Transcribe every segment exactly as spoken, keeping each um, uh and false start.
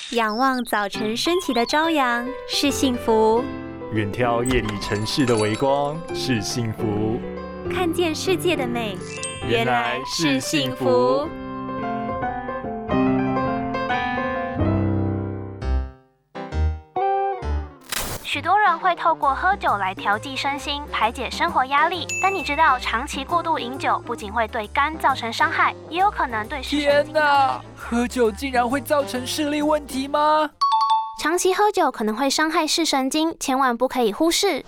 仰望早晨升起的朝阳是幸福， 远眺夜里城市的微光是幸福， 看见世界的美原来是幸福。 许多人会透过喝酒来调剂身心，排解生活压力。但你知道，长期过度饮酒不仅会对肝造成伤害，也有可能对视神经。 天哪！喝酒竟然会造成视力问题吗？ 长期喝酒可能会伤害视神经，千万不可以忽视。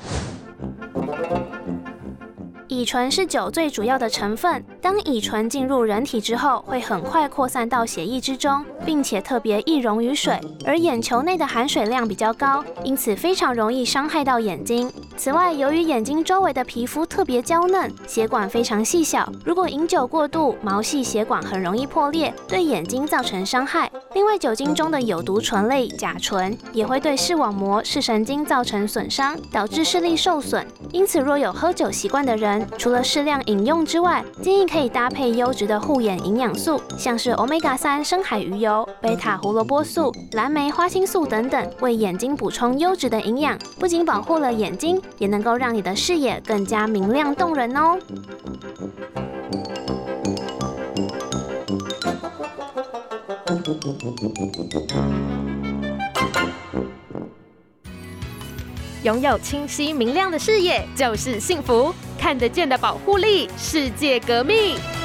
乙醇是酒最主要的成分，当乙醇进入人体之后，会很快扩散到血液之中，并且特别易溶于水，而眼球内的含水量比较高，因此非常容易伤害到眼睛。此外，由于眼睛周围的皮肤特别娇嫩，血管非常细小，如果饮酒过度，毛细血管很容易破裂，对眼睛造成伤害。另外，酒精中的有毒醇类甲醇也会对视网膜、视神经造成损伤，导致视力受损。因此，若有喝酒习惯的人，除了适量饮用之外，建议可以搭配优质的护眼营养素，像是 欧米伽三 深海鱼油、贝塔胡萝卜素、蓝莓花青素等等，为眼睛补充优质的营养，不仅保护了眼睛，也能够让你的视野更加明亮动人哦。 拥有清晰明亮的视野就是幸福，看得见的保护力，世界革命。